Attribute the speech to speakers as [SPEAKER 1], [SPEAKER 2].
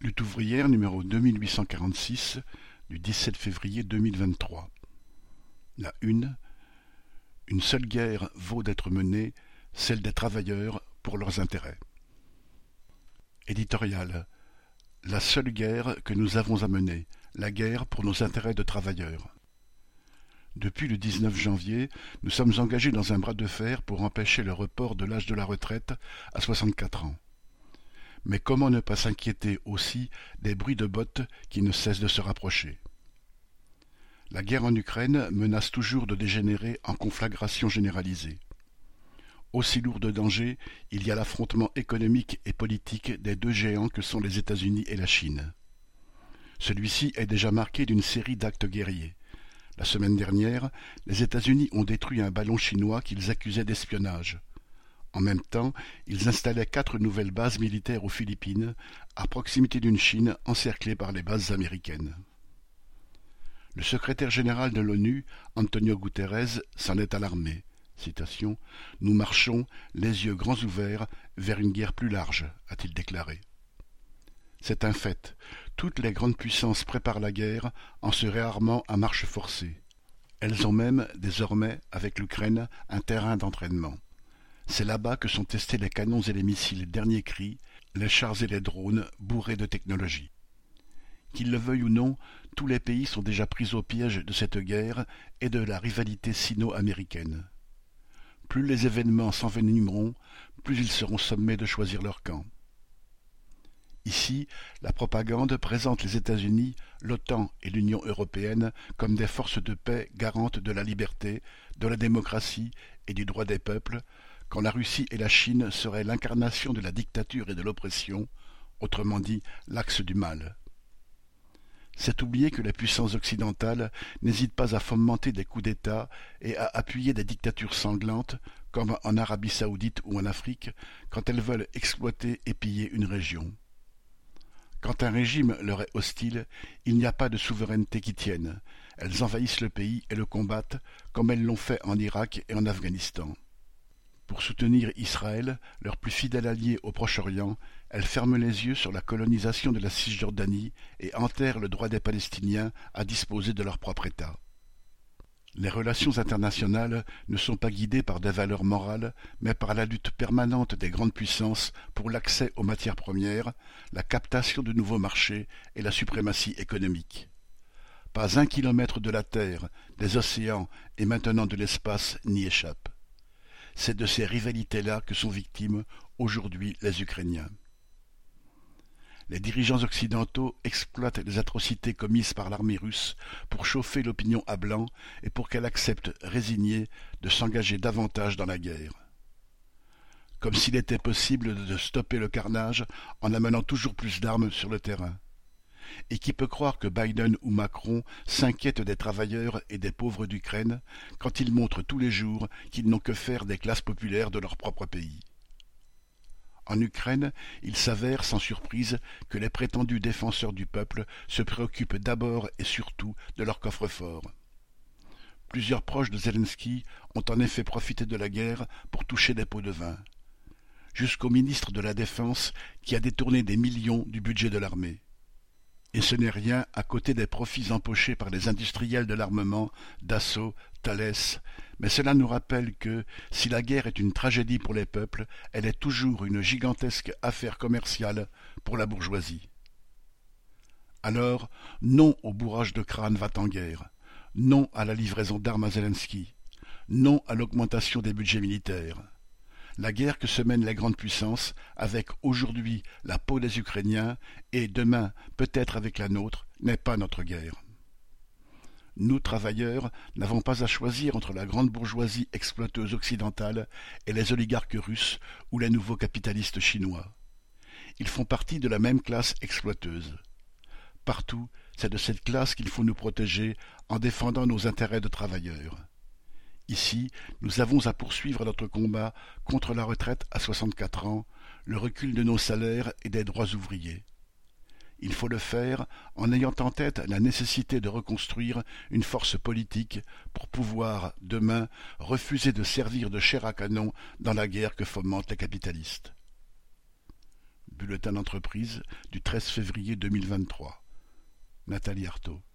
[SPEAKER 1] Lutte ouvrière numéro 2846 du 17 février 2023. La une. Une seule guerre vaut d'être menée, celle des travailleurs pour leurs intérêts. Éditorial. La seule guerre que nous avons à mener, la guerre pour nos intérêts de travailleurs. Depuis le 19 janvier, nous sommes engagés dans un bras de fer pour empêcher le report de l'âge de la retraite à 64 ans. Mais comment ne pas s'inquiéter aussi des bruits de bottes qui ne cessent de se rapprocher? La guerre en Ukraine menace toujours de dégénérer en conflagration généralisée. Aussi lourd de danger, il y a l'affrontement économique et politique des deux géants que sont les États-Unis et la Chine. Celui-ci est déjà marqué d'une série d'actes guerriers. La semaine dernière, les États-Unis ont détruit un ballon chinois qu'ils accusaient d'espionnage. En même temps, ils installaient 4 nouvelles bases militaires aux Philippines, à proximité d'une Chine encerclée par les bases américaines. Le secrétaire général de l'ONU, Antonio Guterres, s'en est alarmé. Citation, « Nous marchons, les yeux grands ouverts, vers une guerre plus large », a-t-il déclaré. C'est un fait. Toutes les grandes puissances préparent la guerre en se réarmant à marche forcée. Elles ont même, désormais, avec l'Ukraine, un terrain d'entraînement. C'est là-bas que sont testés les canons et les missiles dernier cri, les chars et les drones bourrés de technologie. Qu'ils le veuillent ou non, tous les pays sont déjà pris au piège de cette guerre et de la rivalité sino-américaine. Plus les événements s'envenimeront, plus ils seront sommés de choisir leur camp. Ici, la propagande présente les États-Unis, l'OTAN et l'Union européenne comme des forces de paix garantes de la liberté, de la démocratie et du droit des peuples, quand la Russie et la Chine seraient l'incarnation de la dictature et de l'oppression, autrement dit l'axe du mal. C'est oublier que les puissances occidentales n'hésitent pas à fomenter des coups d'État et à appuyer des dictatures sanglantes, comme en Arabie saoudite ou en Afrique, quand elles veulent exploiter et piller une région. Quand un régime leur est hostile, il n'y a pas de souveraineté qui tienne. Elles envahissent le pays et le combattent, comme elles l'ont fait en Irak et en Afghanistan. Pour soutenir Israël, leur plus fidèle allié au Proche-Orient, elles ferment les yeux sur la colonisation de la Cisjordanie et enterrent le droit des Palestiniens à disposer de leur propre État. Les relations internationales ne sont pas guidées par des valeurs morales, mais par la lutte permanente des grandes puissances pour l'accès aux matières premières, la captation de nouveaux marchés et la suprématie économique. Pas un kilomètre de la terre, des océans et maintenant de l'espace n'y échappe. C'est de ces rivalités-là que sont victimes aujourd'hui les Ukrainiens. Les dirigeants occidentaux exploitent les atrocités commises par l'armée russe pour chauffer l'opinion à blanc et pour qu'elle accepte, résignée, de s'engager davantage dans la guerre. Comme s'il était possible de stopper le carnage en amenant toujours plus d'armes sur le terrain. Et qui peut croire que Biden ou Macron s'inquiètent des travailleurs et des pauvres d'Ukraine quand ils montrent tous les jours qu'ils n'ont que faire des classes populaires de leur propre pays? En Ukraine, il s'avère sans surprise que les prétendus défenseurs du peuple se préoccupent d'abord et surtout de leur coffre-fort. Plusieurs proches de Zelensky ont en effet profité de la guerre pour toucher des pots de vin. Jusqu'au ministre de la Défense qui a détourné des millions du budget de l'armée. Et ce n'est rien à côté des profits empochés par les industriels de l'armement, Dassault, Thales, mais cela nous rappelle que, si la guerre est une tragédie pour les peuples, elle est toujours une gigantesque affaire commerciale pour la bourgeoisie. Alors, non au bourrage de crâne va-t-en-guerre, non à la livraison d'armes à Zelensky, non à l'augmentation des budgets militaires. La guerre que se mènent les grandes puissances, avec aujourd'hui la peau des Ukrainiens, et demain peut-être avec la nôtre, n'est pas notre guerre. Nous, travailleurs, n'avons pas à choisir entre la grande bourgeoisie exploiteuse occidentale et les oligarques russes ou les nouveaux capitalistes chinois. Ils font partie de la même classe exploiteuse. Partout, c'est de cette classe qu'il faut nous protéger en défendant nos intérêts de travailleurs. Ici, nous avons à poursuivre notre combat contre la retraite à 64 ans, le recul de nos salaires et des droits ouvriers. Il faut le faire en ayant en tête la nécessité de reconstruire une force politique pour pouvoir, demain, refuser de servir de chair à canon dans la guerre que fomentent les capitalistes. Bulletin d'entreprise du 13 février 2023. Nathalie Arthaud.